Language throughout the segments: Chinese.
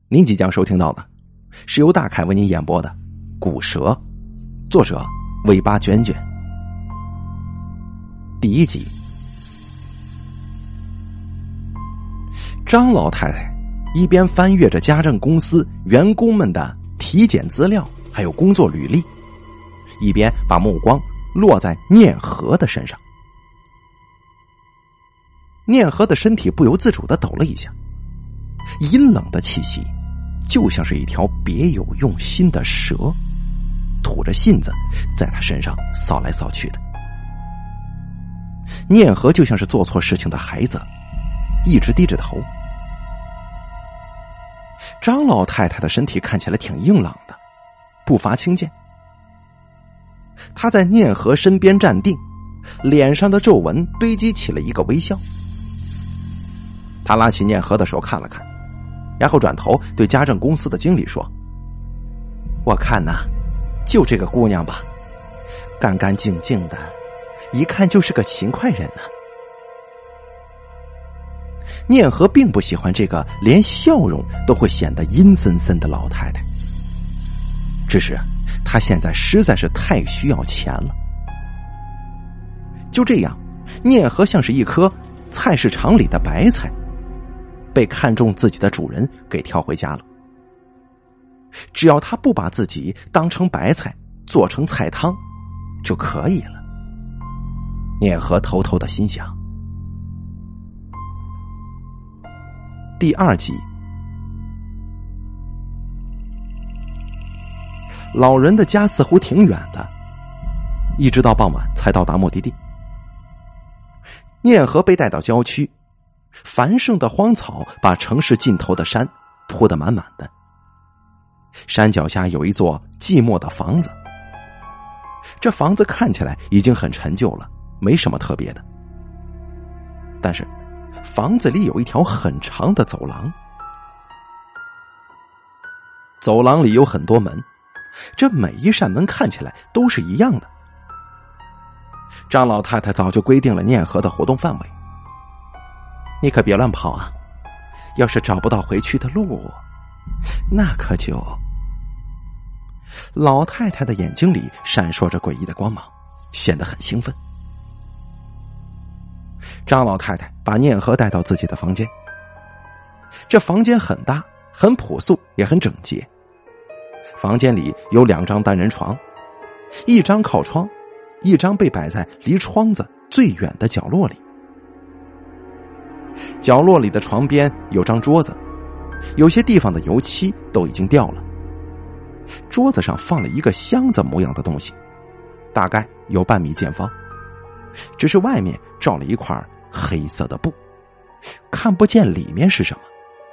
您即将收听到的是由大凯为您演播的《古蛇》，作者尾巴卷卷。第一集。张老太太一边翻阅着家政公司员工们的体检资料还有工作履历，一边把目光落在念和的身上。念和的身体不由自主地抖了一下，阴冷的气息就像是一条别有用心的蛇，吐着信子在他身上扫来扫去的。念和就像是做错事情的孩子，一直低着头。张老太太的身体看起来挺硬朗的，不乏轻健。她在念和身边站定，脸上的皱纹堆积起了一个微笑。她拉起念和的手看了看，然后转头对家政公司的经理说：“我看呐，就这个姑娘吧，干干净净的，一看就是个勤快人呢。”念和并不喜欢这个连笑容都会显得阴森森的老太太，只是她现在实在是太需要钱了。就这样，念和像是一颗菜市场里的白菜，被看中自己的主人给挑回家了。只要他不把自己当成白菜做成菜汤就可以了。念和偷偷的心想。第二集。老人的家似乎挺远的，一直到傍晚才到达目的地。念和被带到郊区，繁盛的荒草把城市尽头的山铺得满满的。山脚下有一座寂寞的房子，这房子看起来已经很陈旧了，没什么特别的。但是房子里有一条很长的走廊，走廊里有很多门，这每一扇门看起来都是一样的。张老太太早就规定了念和的活动范围，你可别乱跑啊，要是找不到回去的路，那可就……老太太的眼睛里闪烁着诡异的光芒，显得很兴奋。张老太太把念和带到自己的房间，这房间很大，很朴素，也很整洁。房间里有2张单人床，一张靠窗，一张被摆在离窗子最远的角落里。角落里的床边有张桌子，有些地方的油漆都已经掉了。桌子上放了一个箱子模样的东西，大概有半米见方，只是外面罩了一块黑色的布，看不见里面是什么。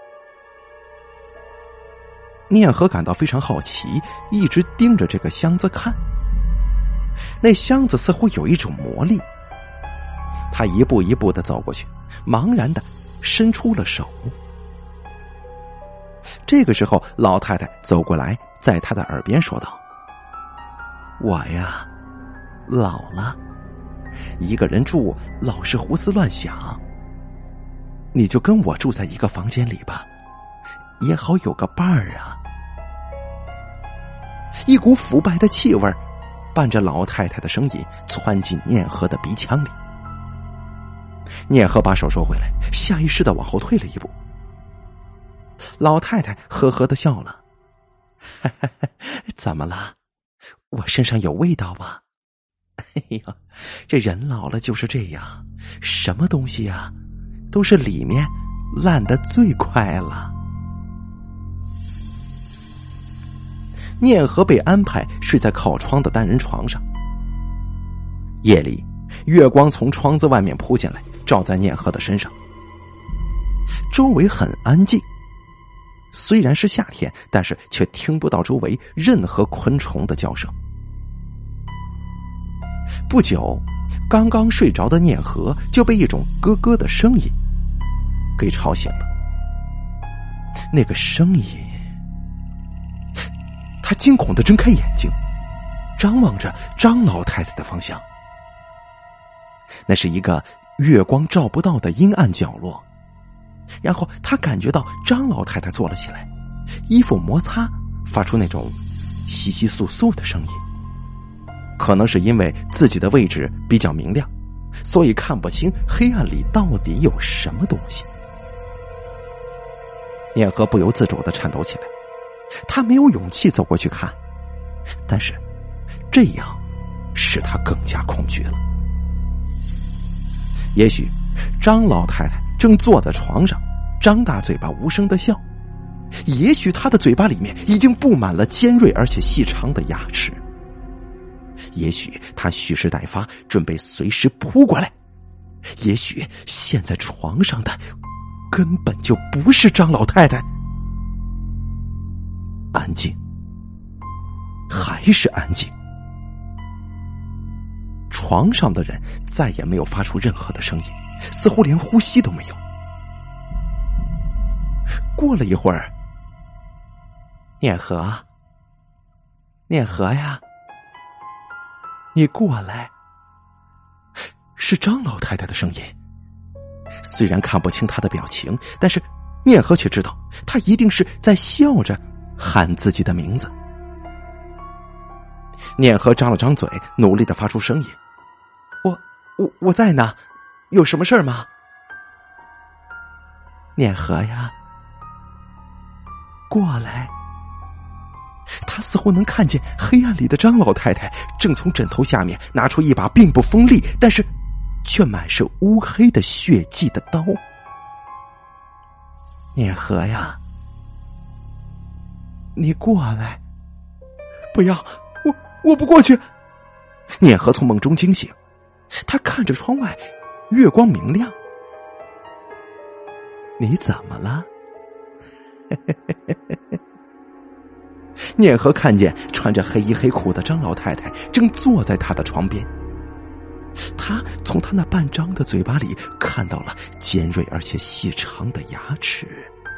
念和感到非常好奇，一直盯着这个箱子看。那箱子似乎有一种魔力，他一步一步地走过去，茫然地伸出了手。这个时候，老太太走过来，在他的耳边说道：“我呀，老了，一个人住老是胡思乱想，你就跟我住在一个房间里吧，也好有个伴儿啊。”一股腐败的气味伴着老太太的声音窜进念和的鼻腔里。念和把手收回来，下意识地往后退了一步。老太太呵呵地笑了：“怎么了？我身上有味道吧？哎呀，这人老了就是这样，什么东西啊，都是里面烂得最快了。”念和被安排睡在靠窗的单人床上。夜里，月光从窗子外面扑进来，照在念和的身上。周围很安静，虽然是夏天，但是却听不到周围任何昆虫的叫声。不久，刚刚睡着的念和就被一种咯咯的声音给吵醒了。那个声音，他惊恐地睁开眼睛，张望着张老太太的方向。那是一个月光照不到的阴暗角落，然后他感觉到张老太太坐了起来， 衣服摩擦发出那种窸窸窣窣的声音。可能是因为自己的位置比较明亮，所以看不清黑暗里到底有什么东西。念和不由自主地颤抖起来，他没有勇气走过去看，但是这样使他更加恐惧了。也许张老太太正坐在床上，张大嘴巴无声地笑，也许她的嘴巴里面已经布满了尖锐而且细长的牙齿，也许她蓄势待发，准备随时扑过来，也许现在床上的根本就不是张老太太。安静，还是安静。床上的人再也没有发出任何的声音，似乎连呼吸都没有。过了一会儿，念和，念和呀，你过来。是张老太太的声音，虽然看不清她的表情，但是念和却知道她一定是在笑着喊自己的名字。念和张了张嘴，努力地发出声音：我在呢，有什么事吗？念和呀，过来。他似乎能看见黑暗里的张老太太正从枕头下面拿出一把并不锋利，但是却满是乌黑的血迹的刀。念和呀，你过来。不要，我不过去。念和从梦中惊醒，他看着窗外，月光明亮。你怎么了？念和看见穿着黑衣黑裤的张老太太正坐在他的床边，他从他那半张的嘴巴里看到了尖锐而且细长的牙齿。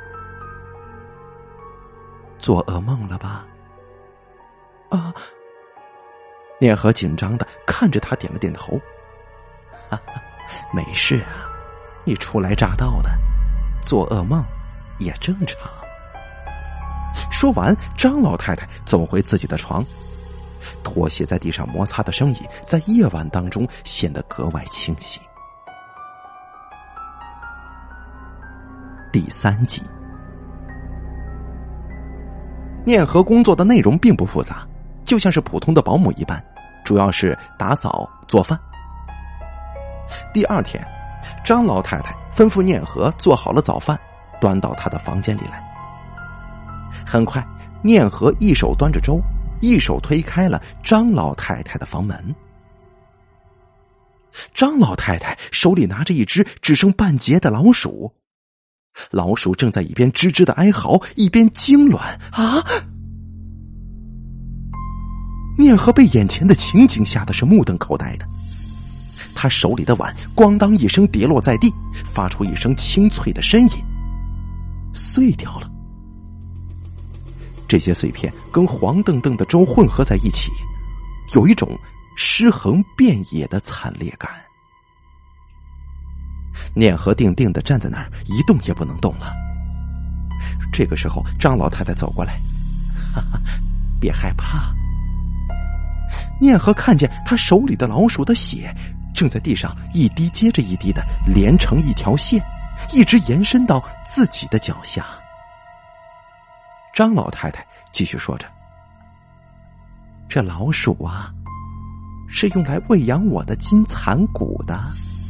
做噩梦了吧？啊！念和紧张的看着他，点了点头。哈哈，没事啊，你初来乍到的，做噩梦也正常。说完，张老太太走回自己的床，拖鞋在地上摩擦的声音在夜晚当中显得格外清晰。第3集。念和工作的内容并不复杂，就像是普通的保姆一般，主要是打扫做饭。第2天，张老太太吩咐念和做好了早饭，端到她的房间里来。很快，念和一手端着粥，一手推开了张老太太的房门。张老太太手里拿着一只只剩半截的老鼠，老鼠正在一边吱吱的哀嚎，一边痉挛。啊！念和被眼前的情景吓得是目瞪口呆的，他手里的碗咣当一声跌落在地，发出一声清脆的呻吟，碎掉了。这些碎片跟黄澄澄的粥混合在一起，有一种尸横遍野的惨烈感。念和定定地站在那儿，一动也不能动了。这个时候，张老太太走过来：“哈哈，别害怕。”念和看见他手里的老鼠的血正在地上一滴接着一滴的连成一条线，一直延伸到自己的脚下。张老太太继续说着：“这老鼠啊，是用来喂养我的金蚕蛊的。”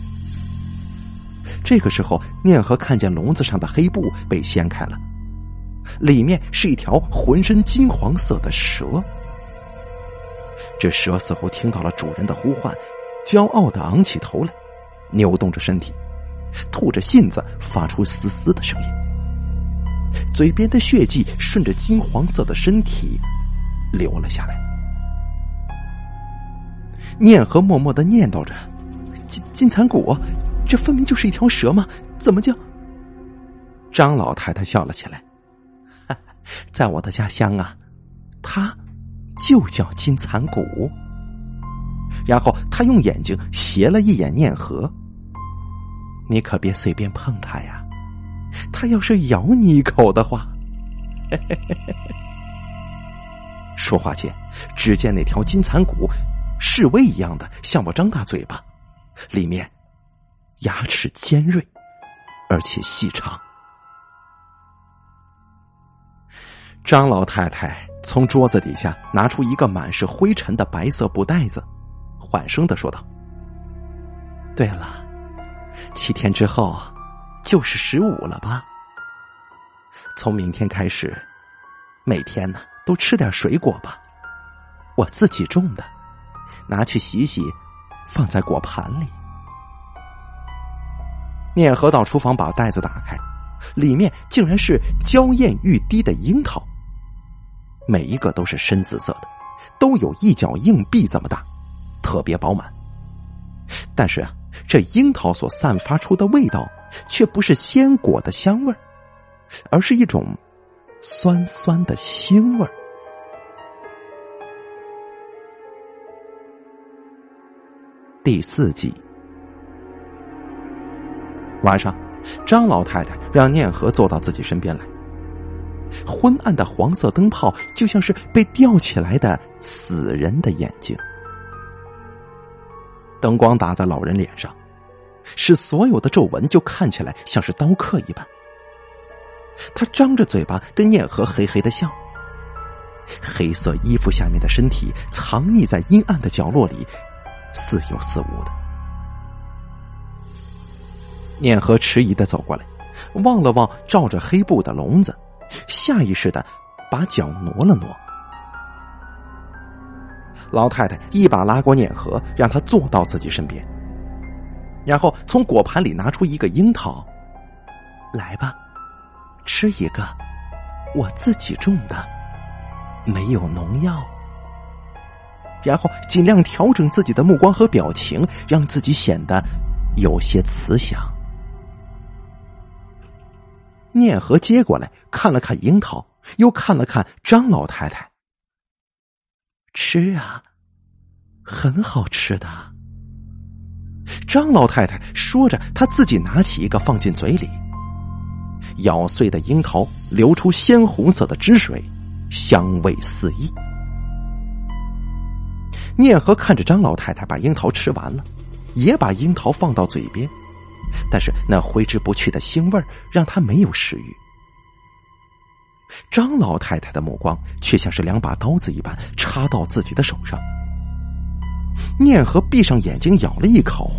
这个时候，念和看见笼子上的黑布被掀开了，里面是一条浑身金黄色的蛇。这蛇似乎听到了主人的呼唤，骄傲地昂起头来，扭动着身体，吐着信子，发出嘶嘶的声音。嘴边的血迹顺着金黄色的身体流了下来。念和默默地念叨着：“金蚕蛊，这分明就是一条蛇嘛，怎么就……”张老太太笑了起来：“在我的家乡啊，它就叫金蚕蛊。”然后他用眼睛斜了一眼念和：“你可别随便碰它呀，它要是咬你一口的话， 说话间，只见那条金蚕蛊示威一样的向我张大嘴巴，里面牙齿尖锐而且细长。张老太太从桌子底下拿出一个满是灰尘的白色布袋子，缓声地说道：对了，7天之后就是15了吧？从明天开始，每天呢都吃点水果吧，我自己种的，拿去洗洗，放在果盘里。念和到厨房把袋子打开，里面竟然是娇艳欲滴的樱桃，每一个都是深紫色的，都有一角硬币这么大，特别饱满。但是啊，这樱桃所散发出的味道却不是鲜果的香味，而是一种酸酸的腥味。第4集。晚上，张老太太让念和坐到自己身边来。昏暗的黄色灯泡就像是被吊起来的死人的眼睛，灯光打在老人脸上，使所有的皱纹就看起来像是刀刻一般。他张着嘴巴对念和嘿嘿的笑，黑色衣服下面的身体藏匿在阴暗的角落里，似有似无的。念和迟疑的走过来，望了望罩着黑布的笼子，下意识的把脚挪了挪。老太太一把拉过念和，让他坐到自己身边，然后从果盘里拿出一个樱桃，来吧，吃一个，我自己种的，没有农药。然后尽量调整自己的目光和表情，让自己显得有些慈祥。念和接过来看了看樱桃，又看了看张老太太。吃啊，很好吃的。张老太太说着，她自己拿起一个放进嘴里，咬碎的樱桃流出鲜红色的汁水，香味四溢。念和看着张老太太把樱桃吃完了，也把樱桃放到嘴边，但是那挥之不去的腥味让他没有食欲。张老太太的目光却像是2把刀子一般插到自己的手上。念和闭上眼睛咬了一口，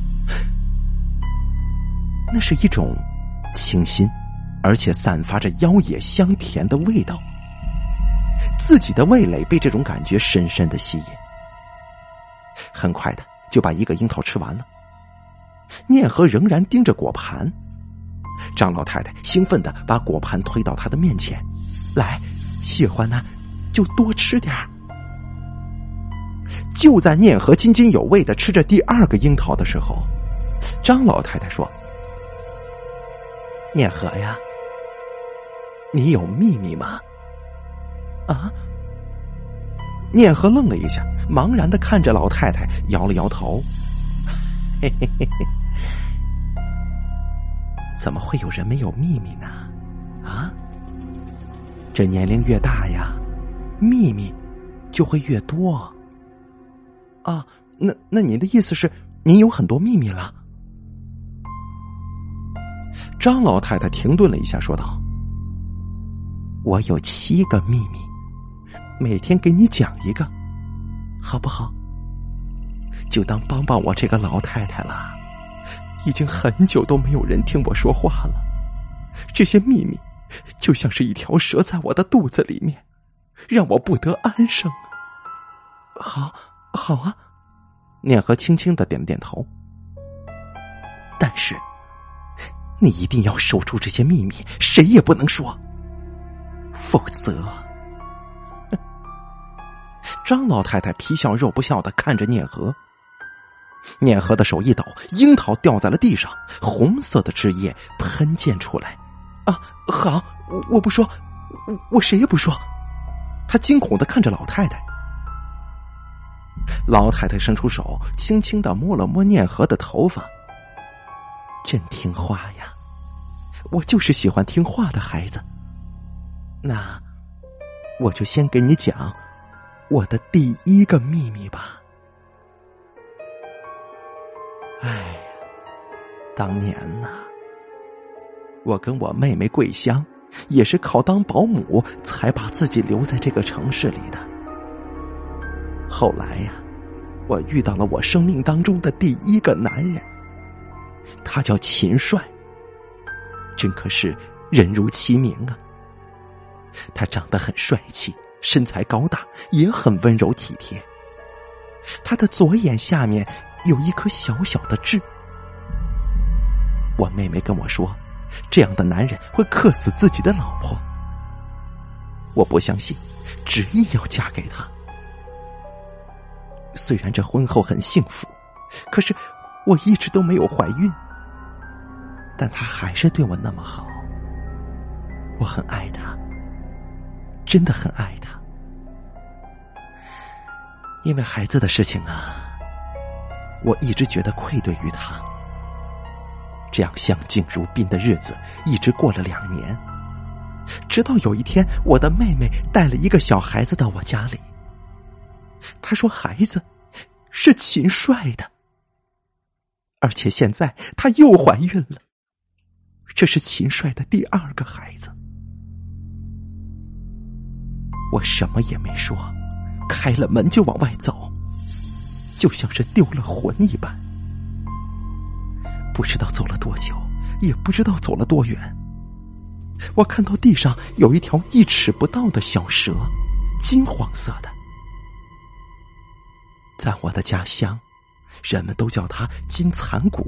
那是一种清新而且散发着妖冶香甜的味道，自己的味蕾被这种感觉深深的吸引。很快的就把一个樱桃吃完了。念和仍然盯着果盘，张老太太兴奋地把果盘推到他的面前，来，喜欢呢就多吃点儿。就在念和津津有味地吃着第2个樱桃的时候，张老太太说：念和呀，你有秘密吗？啊？念和愣了一下，茫然地看着老太太，摇了摇头。嘿嘿嘿嘿，怎么会有人没有秘密呢？啊？这年龄越大呀，秘密就会越多。啊，那您的意思是您有很多秘密了？张老太太停顿了一下，说道：我有7个秘密，每天给你讲一个，好不好？就当帮帮我这个老太太了，已经很久都没有人听我说话了。这些秘密就像是一条蛇在我的肚子里面，让我不得安生。好啊，念和轻轻的点点头。但是你一定要守住这些秘密，谁也不能说，否则……张老太太皮笑肉不笑的看着念和，念和的手一抖，樱桃掉在了地上，红色的汁液喷溅出来。啊，好，我不说，我谁也不说。他惊恐的看着老太太。老太太伸出手，轻轻的摸了摸念和的头发。真听话呀，我就是喜欢听话的孩子。 那我就先给你讲我的第一个秘密吧。哎，当年呐，我跟我妹妹桂香也是靠当保姆才把自己留在这个城市里的。后来呀，我遇到了我生命当中的第一个男人，他叫秦帅，真可是人如其名啊。他长得很帅气，身材高大，也很温柔体贴。他的左眼下面有一颗小小的痣。我妹妹跟我说，这样的男人会克死自己的老婆。我不相信，执意要嫁给他。虽然这婚后很幸福，可是我一直都没有怀孕，但他还是对我那么好。我很爱他，真的很爱他。因为孩子的事情啊，我一直觉得愧对于他。这样相敬如宾的日子一直过了2年，直到有一天，我的妹妹带了一个小孩子到我家里。她说孩子是秦帅的，而且现在她又怀孕了，这是秦帅的第2个孩子。我什么也没说，开了门就往外走，就像是丢了魂一般。不知道走了多久，也不知道走了多远，我看到地上有一条1尺不到的小蛇，金黄色的。在我的家乡，人们都叫它金蚕蛊。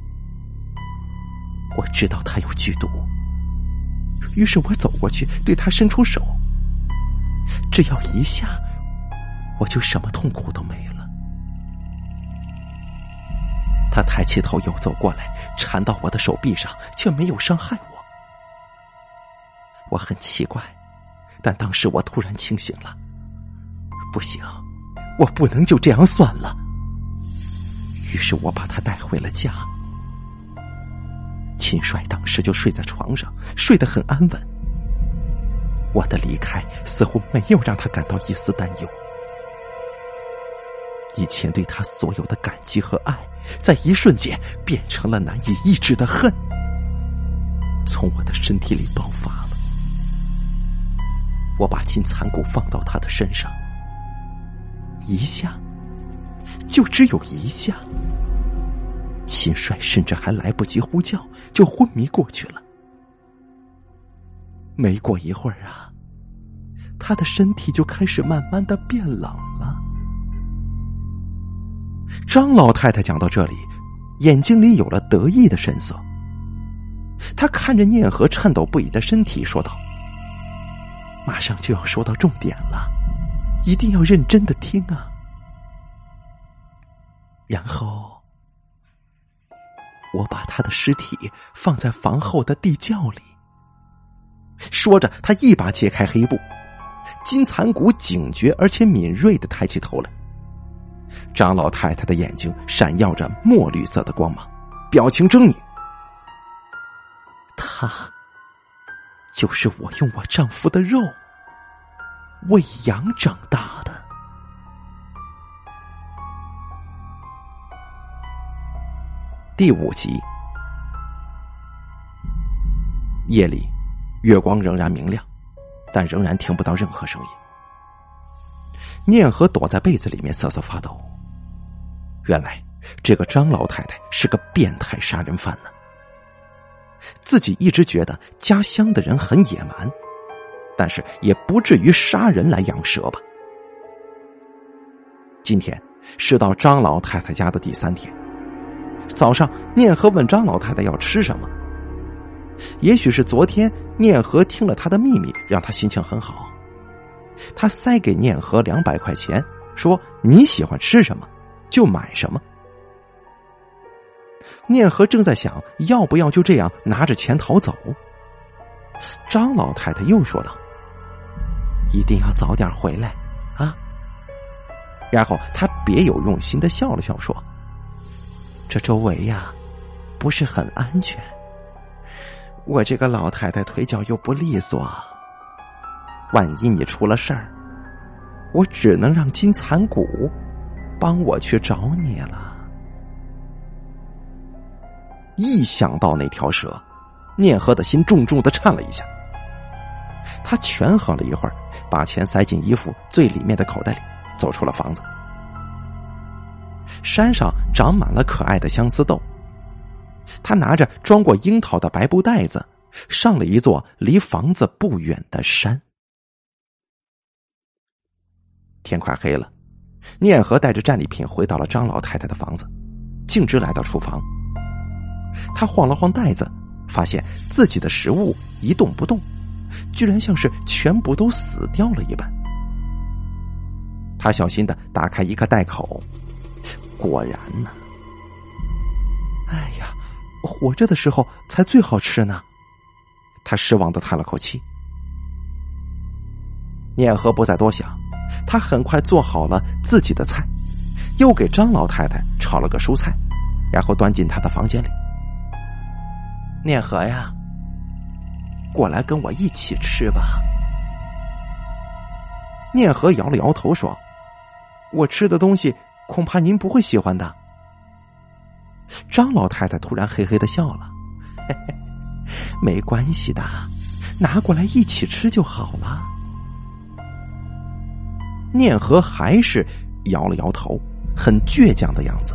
我知道它有剧毒，于是我走过去，对它伸出手，只要一下，我就什么痛苦都没了。他抬起头又走过来，缠到我的手臂上，却没有伤害我。我很奇怪，但当时我突然清醒了。不行，我不能就这样算了。于是我把他带回了家。秦帅当时就睡在床上，睡得很安稳。我的离开似乎没有让他感到一丝担忧。以前对他所有的感激和爱，在一瞬间变成了难以抑制的恨，从我的身体里爆发了。我把金蚕蛊放到他的身上，一下，就只有一下。秦帅甚至还来不及呼叫，就昏迷过去了。没过一会儿啊，他的身体就开始慢慢的变冷了。张老太太讲到这里，眼睛里有了得意的神色。她看着念和颤抖不已的身体说道：马上就要说到重点了，一定要认真的听啊。然后我把他的尸体放在房后的地窖里。说着，他一把揭开黑布，金蚕蛊警觉而且敏锐地抬起头来。张老太太的眼睛闪耀着墨绿色的光芒，表情狰狞。他就是我用我丈夫的肉喂养长大的。第5集。夜里，月光仍然明亮，但仍然听不到任何声音。念和躲在被子里面瑟瑟发抖。原来这个张老太太是个变态杀人犯呢。自己一直觉得家乡的人很野蛮，但是也不至于杀人来养蛇吧。今天是到张老太太家的第3天。早上，念和问张老太太要吃什么。也许是昨天念和听了他的秘密，让他心情很好。他塞给念和200块钱，说你喜欢吃什么就买什么。念和正在想要不要就这样拿着钱逃走，张老太太又说道：一定要早点回来啊。然后他别有用心的笑了笑说：这周围呀不是很安全，我这个老太太腿脚又不利索， 万一你出了事儿，我只能让金蚕蛊帮我去找你了。一想到那条蛇，念和的心重重的颤了一下。他权衡了一会儿，把钱塞进衣服最里面的口袋里，走出了房子。山上长满了可爱的相思豆，他拿着装过樱桃的白布袋子，上了一座离房子不远的山。天快黑了，念和带着战利品回到了张老太太的房子，径直来到厨房。他晃了晃袋子，发现自己的食物一动不动，居然像是全部都死掉了一般。他小心地打开一个袋口，果然呢，哎呀，活着的时候才最好吃呢。他失望地叹了口气。念和不再多想，他很快做好了自己的菜，又给张老太太炒了个蔬菜，然后端进他的房间里。念和呀，过来跟我一起吃吧。念和摇了摇头说，我吃的东西恐怕您不会喜欢的。张老太太突然嘿嘿的笑了，嘿嘿，没关系的，拿过来一起吃就好了。念和还是摇了摇头，很倔强的样子。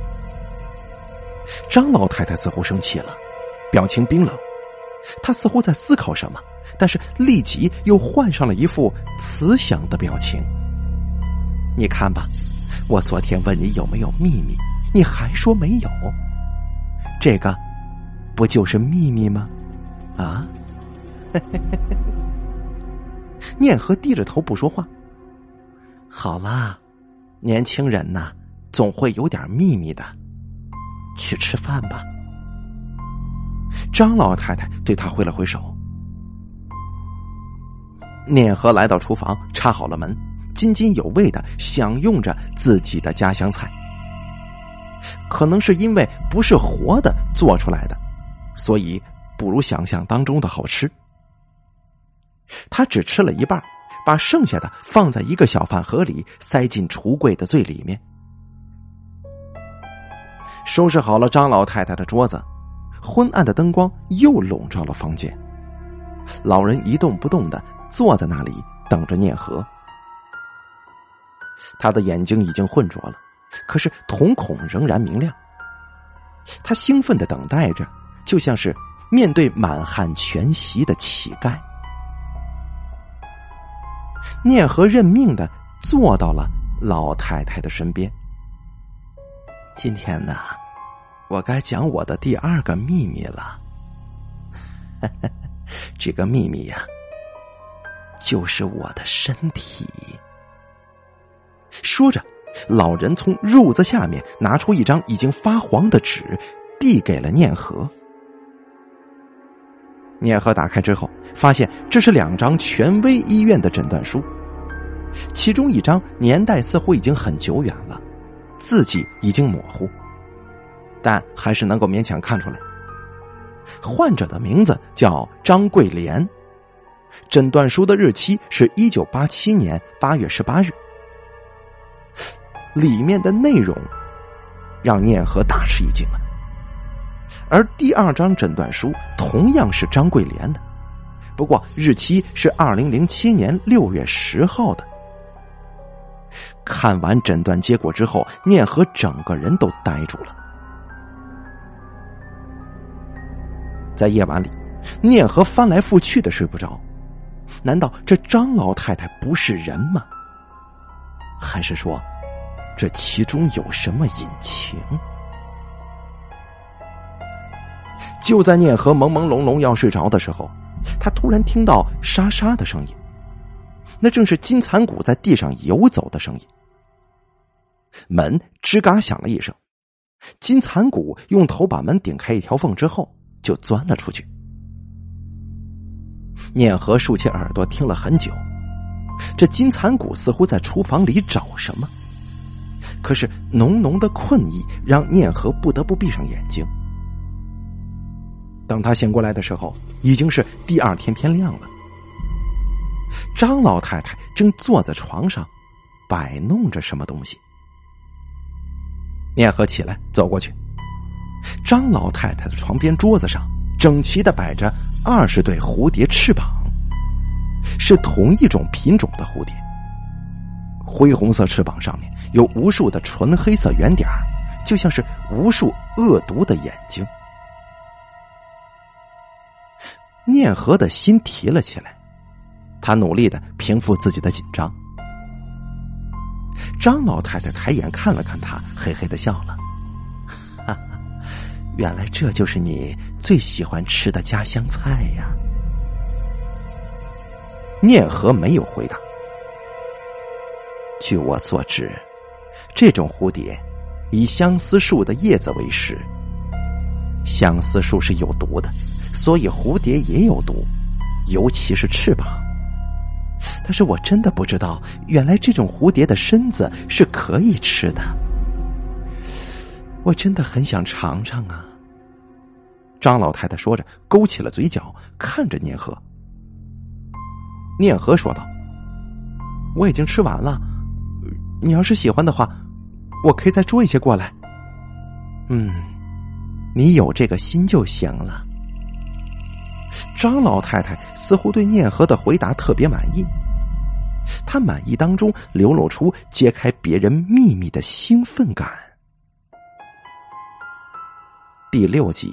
张老太太似乎生气了，表情冰冷，她似乎在思考什么，但是立即又换上了一副慈祥的表情。你看吧，我昨天问你有没有秘密，你还说没有，这个不就是秘密吗？啊？念和低着头不说话。好啦，年轻人呐，总会有点秘密的，去吃饭吧。张老太太对他挥了挥手。念和来到厨房，插好了门，津津有味地享用着自己的家乡菜。可能是因为不是活的做出来的，所以不如想象当中的好吃。他只吃了一半，把剩下的放在一个小饭盒里，塞进橱柜的最里面。收拾好了张老太太的桌子，昏暗的灯光又笼罩了房间。老人一动不动地坐在那里等着念和。他的眼睛已经浑浊了，可是瞳孔仍然明亮。他兴奋地等待着，就像是面对满汉全席的乞丐。念和认命地坐到了老太太的身边。今天呢，我该讲我的第二个秘密了。这个秘密呀，就是我的身体。说着，老人从褥子下面拿出一张已经发黄的纸，递给了念和。念和打开之后，发现这是2张权威医院的诊断书，其中一张年代似乎已经很久远了，字迹已经模糊，但还是能够勉强看出来。患者的名字叫张桂莲，诊断书的日期是1987年8月18日。里面的内容让念和大吃一惊了。而第2张诊断书同样是张桂莲的，不过日期是2007年6月10号的。看完诊断结果之后，念和整个人都呆住了。在夜晚里，念和翻来覆去的睡不着。难道这张老太太不是人吗？还是说这其中有什么隐情？就在念和朦朦胧胧要睡着的时候，他突然听到沙沙的声音，那正是金蚕蛊在地上游走的声音。门吱嘎响了一声，金蚕蛊用头把门顶开一条缝之后就钻了出去。念和竖起耳朵听了很久，这金蚕蛊似乎在厨房里找什么，可是浓浓的困意让念和不得不闭上眼睛。等他醒过来的时候，已经是第2天天亮了。 张老太太正坐在床上摆弄着什么东西。念和起来走过去，张老太太的床边桌子上整齐地摆着20对蝴蝶翅膀，是同一种品种的蝴蝶。灰红色翅膀上面有无数的纯黑色圆点，就像是无数恶毒的眼睛。念和的心提了起来，他努力地平复自己的紧张。张老太太抬眼看了看他，嘿嘿地笑了。哈哈，原来这就是你最喜欢吃的家乡菜呀。念和没有回答。据我所知，这种蝴蝶以相思树的叶子为食。相思树是有毒的，所以蝴蝶也有毒，尤其是翅膀。但是我真的不知道，原来这种蝴蝶的身子是可以吃的。我真的很想尝尝啊。张老太太说着，勾起了嘴角，看着念和。念和说道：我已经吃完了，你要是喜欢的话，我可以再捉一些过来。你有这个心就行了。张老太太似乎对念和的回答特别满意，她满意当中流露出揭开别人秘密的兴奋感。第6集，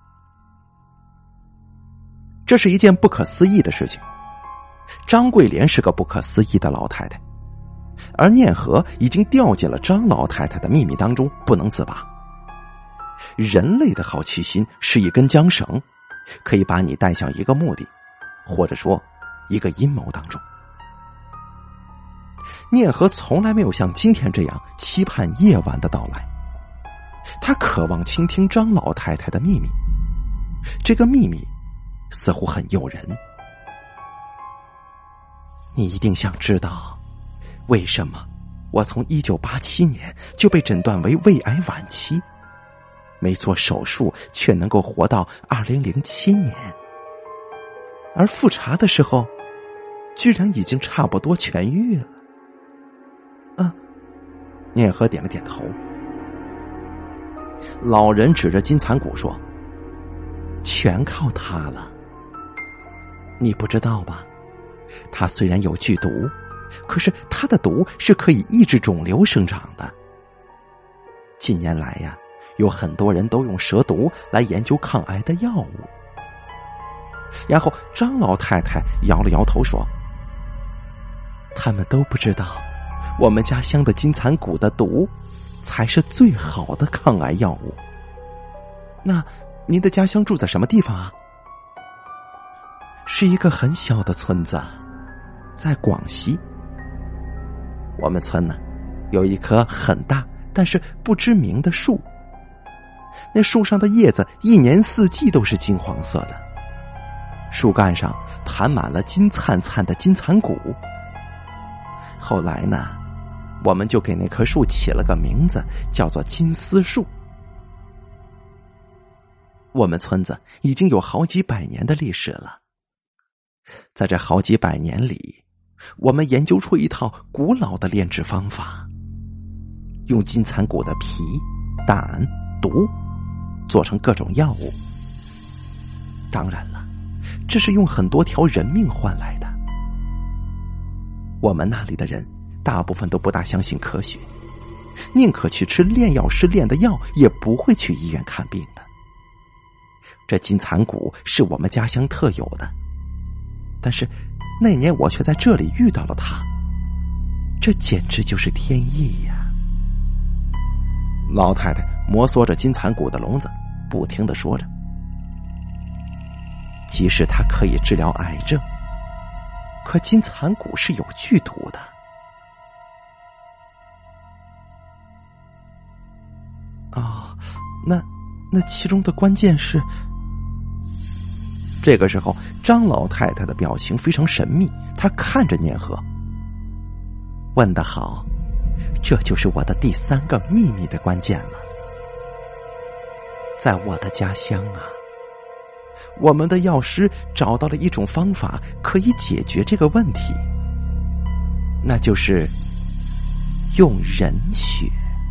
这是一件不可思议的事情。张桂莲是个不可思议的老太太，而念和已经掉进了张老太太的秘密当中，不能自拔。人类的好奇心是一根缰绳，可以把你带向一个目的，或者说一个阴谋当中。念和从来没有像今天这样期盼夜晚的到来，他渴望倾听张老太太的秘密，这个秘密似乎很诱人。你一定想知道，为什么我从1987年就被诊断为胃癌晚期，没做手术却能够活到2007年，而复查的时候居然已经差不多痊愈了。念和点了点头。老人指着金蚕蛊说：全靠它了。你不知道吧，它虽然有剧毒，可是它的毒是可以抑制肿瘤生长的。近年来呀，有很多人都用蛇毒来研究抗癌的药物。然后张老太太摇了摇头说：他们都不知道，我们家乡的金蚕蛊的毒才是最好的抗癌药物。那您的家乡住在什么地方啊？是一个很小的村子，在广西。我们村呢，有一棵很大但是不知名的树，那树上的叶子一年四季都是金黄色的，树干上盘满了金灿灿的金蚕蛊。后来呢，我们就给那棵树起了个名字，叫做金丝树。我们村子已经有好几百年的历史了，在这好几百年里，我们研究出一套古老的炼制方法，用金蚕蛊的皮、胆、毒做成各种药物。当然了，这是用很多条人命换来的。我们那里的人大部分都不大相信科学，宁可去吃炼药师炼的药，也不会去医院看病的。这金蚕蛊是我们家乡特有的，但是那年我却在这里遇到了它，这简直就是天意呀！老太太摩挲着金蚕蛊的笼子，不停地说着：即使它可以治疗癌症，可金蚕蛊是有剧毒的。那其中的关键是……这个时候，张老太太的表情非常神秘，她看着念和。问得好，这就是我的第3个秘密的关键了。在我的家乡啊， 我们的药师找到了一种方法可以解决这个问题，那就是用人血。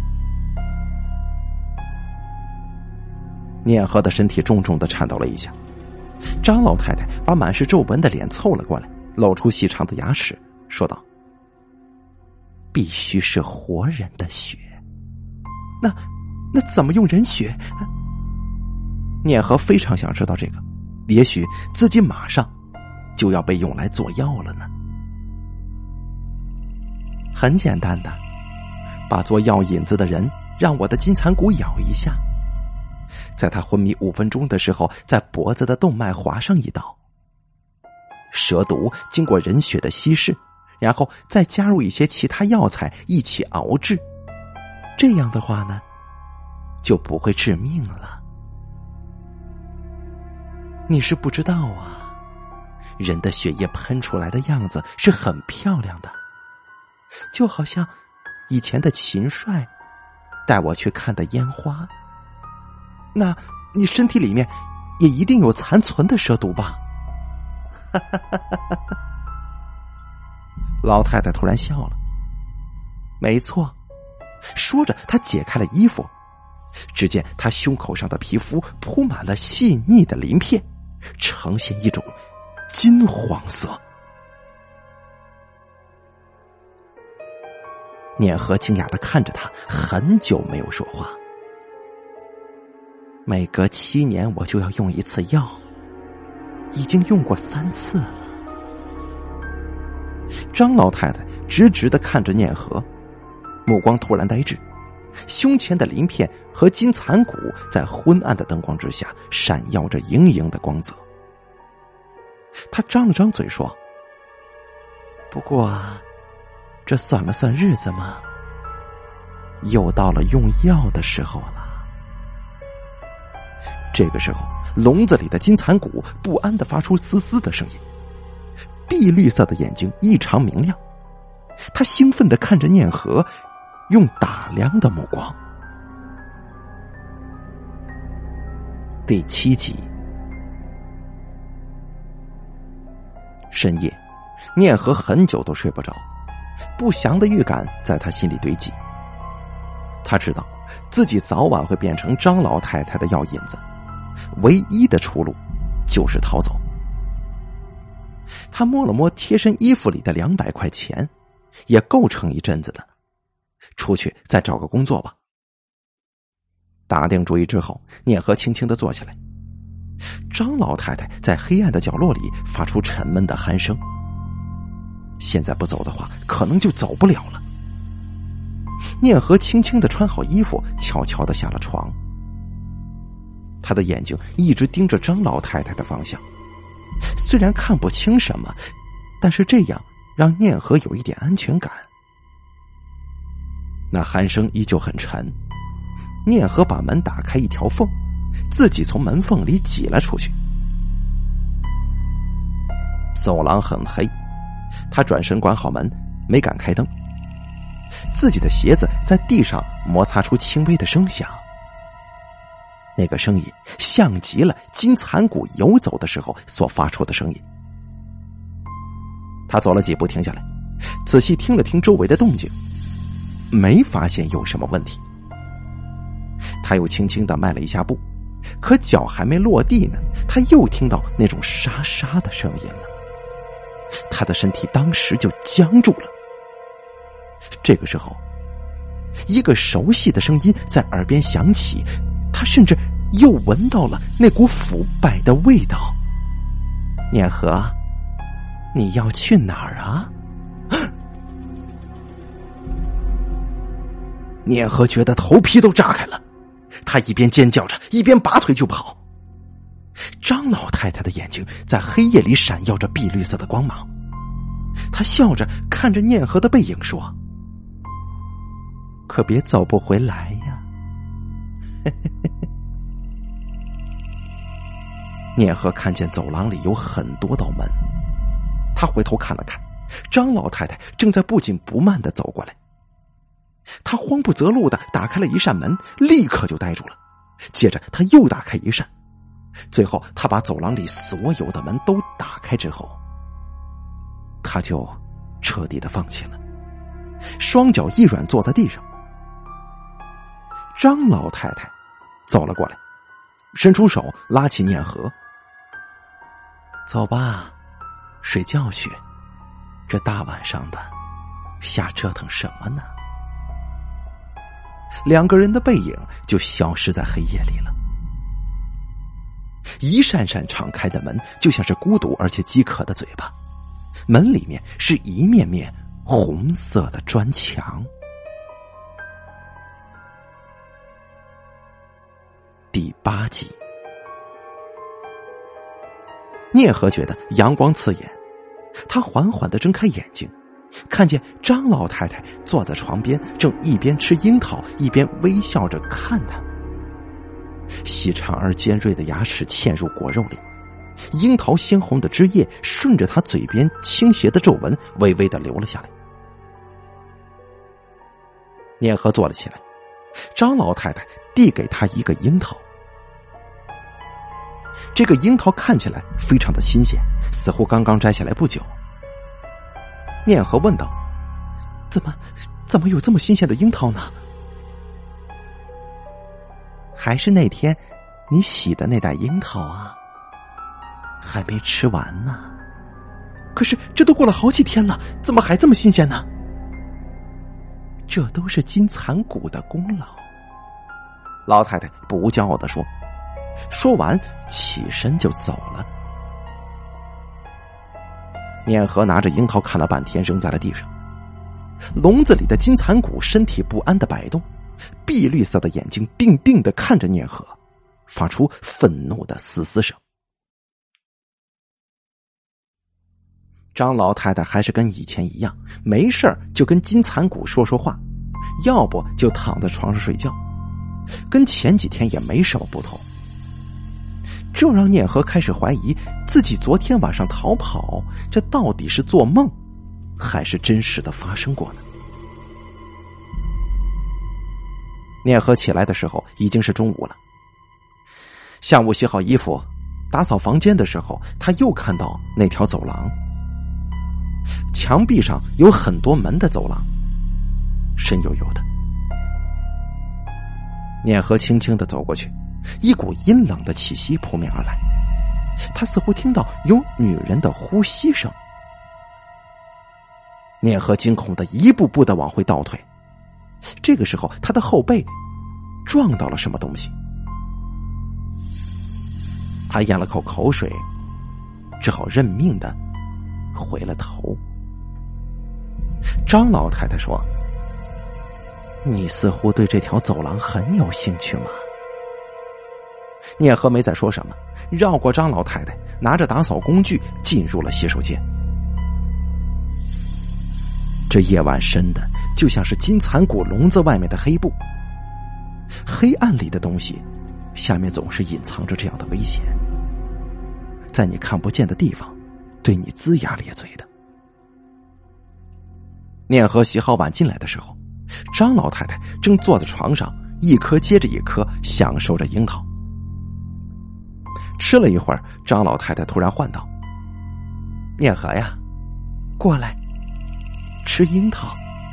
念和的身体重重的颤抖了一下，张老太太把满是皱纹的脸凑了过来，露出细长的牙齿，说道：必须是活人的血。那怎么用人血？念和非常想知道这个，也许自己马上就要被用来做药了呢。很简单的，把做药引子的人让我的金蚕蛊咬一下，在他昏迷5分钟的时候，在脖子的动脉划上一刀，蛇毒经过人血的稀释，然后再加入一些其他药材一起熬制，这样的话呢，就不会致命了。你是不知道啊，人的血液喷出来的样子是很漂亮的，就好像以前的秦帅带我去看的烟花。那你身体里面也一定有残存的蛇毒吧？老太太突然笑了。没错，说着她解开了衣服，只见她胸口上的皮肤铺满了细腻的鳞片，呈现一种金黄色。念和惊讶地看着她，很久没有说话。每隔7年我就要用一次药，已经用过3次了。张老太太直直地看着念和，目光突然呆滞，胸前的鳞片和金蚕蛊在昏暗的灯光之下闪耀着莹莹的光泽。她张了张嘴说：不过这算了算日子嘛，又到了用药的时候了。这个时候，笼子里的金蚕蛊不安地发出嘶嘶的声音，碧绿色的眼睛异常明亮，他兴奋地看着念和，用打量的目光。第7集。深夜，念和很久都睡不着，不祥的预感在他心里堆积。他知道自己早晚会变成张老太太的药引子，唯一的出路就是逃走。他摸了摸贴身衣服里的200块钱，也够撑一阵子的，出去再找个工作吧。打定主意之后，念和轻轻地坐起来。张老太太在黑暗的角落里发出沉闷的鼾声，现在不走的话，可能就走不了了。念和轻轻地穿好衣服，悄悄地下了床。他的眼睛一直盯着张老太太的方向，虽然看不清什么，但是这样让念和有一点安全感。那鼾声依旧很沉，念和把门打开一条缝，自己从门缝里挤了出去。走廊很黑，他转身关好门，没敢开灯。自己的鞋子在地上摩擦出轻微的声响，那个声音像极了金蚕蛊游走的时候所发出的声音。他走了几步停下来，仔细听了听周围的动静，没发现有什么问题。他又轻轻地迈了一下步，可脚还没落地呢，他又听到那种沙沙的声音了。他的身体当时就僵住了。这个时候，一个熟悉的声音在耳边响起，他甚至又闻到了那股腐败的味道。念和，你要去哪儿啊？念和觉得头皮都炸开了，他一边尖叫着，一边拔腿就跑。张老太太的眼睛在黑夜里闪耀着碧绿色的光芒，她笑着看着念和的背影说：可别走不回来呀。念和看见走廊里有很多道门，他回头看了看，张老太太正在不紧不慢地走过来。他慌不择路地打开了一扇门，立刻就呆住了，接着他又打开一扇， 最后他把走廊里所有的门都打开之后，他就彻底的放弃了，双脚一软坐在地上。张老太太走了过来，伸出手拉起念和：“走吧，睡觉去，这大晚上的瞎折腾什么呢？”两个人的背影就消失在黑夜里了。一扇扇敞开的门就像是孤独而且饥渴的嘴巴，门里面是一面面红色的砖墙。第8集，聂和觉得阳光刺眼，他缓缓地睁开眼睛，看见张老太太坐在床边，正一边吃樱桃一边微笑着看他。细长而尖锐的牙齿嵌入果肉里，樱桃鲜红的汁液顺着他嘴边倾斜的皱纹微微地流了下来。聂和坐了起来，张老太太递给他一个樱桃。这个樱桃看起来非常的新鲜，似乎刚刚摘下来不久。聂和问道：“怎么有这么新鲜的樱桃呢？”“还是那天你洗的那袋樱桃啊，还没吃完呢。”“可是这都过了好几天了，怎么还这么新鲜呢？”“这都是金蚕蛊的功劳。”老太太不无骄傲地说，说完起身就走了。念和拿着樱桃看了半天，扔在了地上。笼子里的金蚕蛊身体不安地摆动，碧绿色的眼睛定定地看着念和，发出愤怒的嘶嘶声。张老太太还是跟以前一样，没事就跟金蚕蛊说说话，要不就躺在床上睡觉，跟前几天也没什么不同。这让念和开始怀疑自己昨天晚上逃跑，这到底是做梦还是真实的发生过呢？念和起来的时候已经是中午了。下午洗好衣服打扫房间的时候，他又看到那条走廊，墙壁上有很多门的走廊，深幽幽的。念和轻轻地走过去，一股阴冷的气息扑面而来，他似乎听到有女人的呼吸声。念和惊恐的一步步的往回倒退，这个时候他的后背撞到了什么东西，他咽了口口水，只好认命的回了头。张老太太说：“你似乎对这条走廊很有兴趣吗？”聂和没再说什么，绕过张老太太，拿着打扫工具进入了洗手间。这夜晚深的就像是金蚕蛊笼子外面的黑布，黑暗里的东西下面总是隐藏着这样的危险，在你看不见的地方对你龇牙咧嘴的。念和洗好碗进来的时候，张老太太正坐在床上一颗接着一颗享受着樱桃。吃了一会儿，张老太太突然唤道：“念和呀，过来吃樱桃。”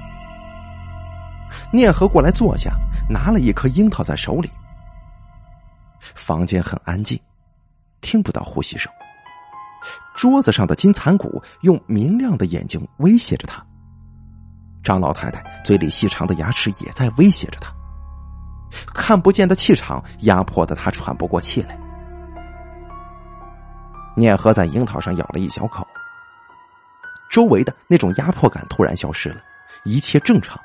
念和过来坐下，拿了一颗樱桃在手里。房间很安静，听不到呼吸声。桌子上的金蚕蛊用明亮的眼睛威胁着他，张老太太嘴里细长的牙齿也在威胁着他，看不见的气场压迫得他喘不过气来。念和在樱桃上咬了一小口，周围的那种压迫感突然消失了，一切正常。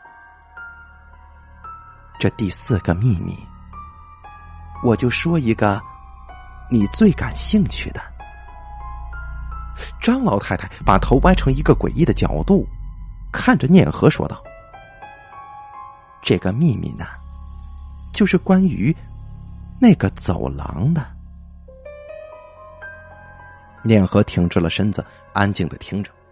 这第4个秘密，我就说一个你最感兴趣的。张老太太把头歪成一个诡异的角度，看着念和说道：“这个秘密呢，就是关于那个走廊的。”念和挺直了身子，安静地听着。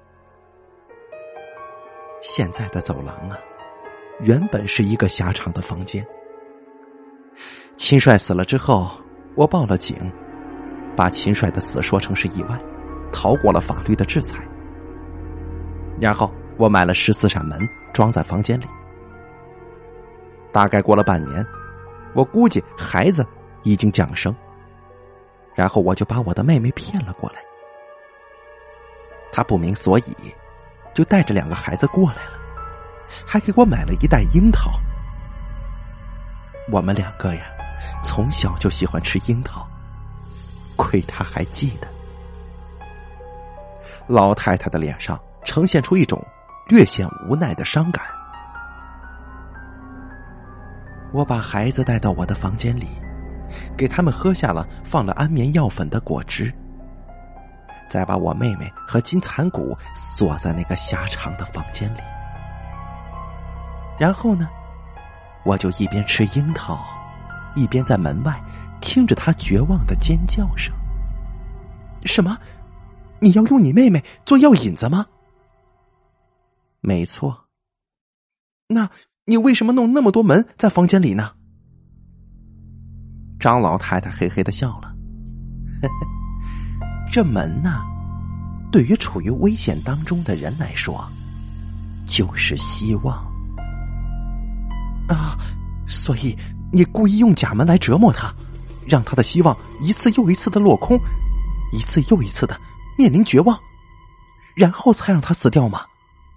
现在的走廊啊，原本是一个狭长的房间。亲帅死了之后，我报了警， 把秦帅的死说成是意外，逃过了法律的制裁。然后我买了14扇门装在房间里。大概过了半年，我估计孩子已经降生，然后我就把我的妹妹骗了过来。她不明所以，就带着2个孩子过来了，还给我买了一袋樱桃。我们2个呀，从小就喜欢吃樱桃，亏她还记得。老太太的脸上呈现出一种略显无奈的伤感。我把孩子带到我的房间里，给他们喝下了放了安眠药粉的果汁，再把我妹妹和金蚕骨锁在那个狭长的房间里。然后呢，我就一边吃樱桃，一边在门外听着她绝望的尖叫声。什么？你要用你妹妹做药引子吗？没错。那你为什么弄那么多门在房间里呢？张老太太嘿嘿地笑了。这门呢，对于处于危险当中的人来说，就是希望啊！所以你故意用假门来折磨他，让他的希望一次又一次的落空，一次又一次的面临绝望，然后才让他死掉吗？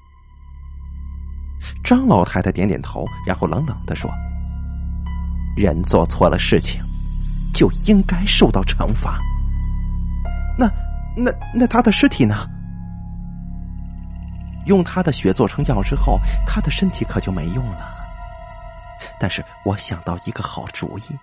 张老太太点点头，然后冷冷地说：人做错了事情就应该受到惩罚。那他的尸体呢？用他的血做成药之后，他的身体可就没用了。但是我想到一个好主意，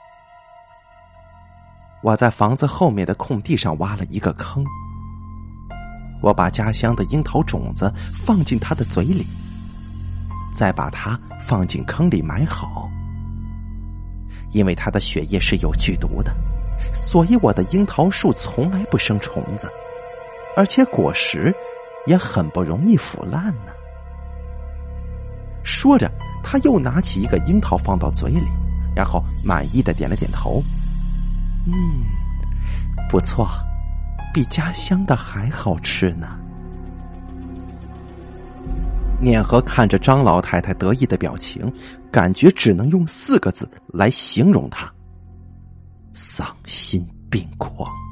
我在房子后面的空地上挖了一个坑，我把家乡的樱桃种子放进他的嘴里，再把它放进坑里埋好。因为它的血液是有剧毒的，所以我的樱桃树从来不生虫子，而且果实也很不容易腐烂呢。说着，他又拿起一个樱桃放到嘴里，然后满意的点了点头。不错，比家乡的还好吃呢。念和看着张老太太得意的表情，感觉只能用4个字来形容她：丧心病狂。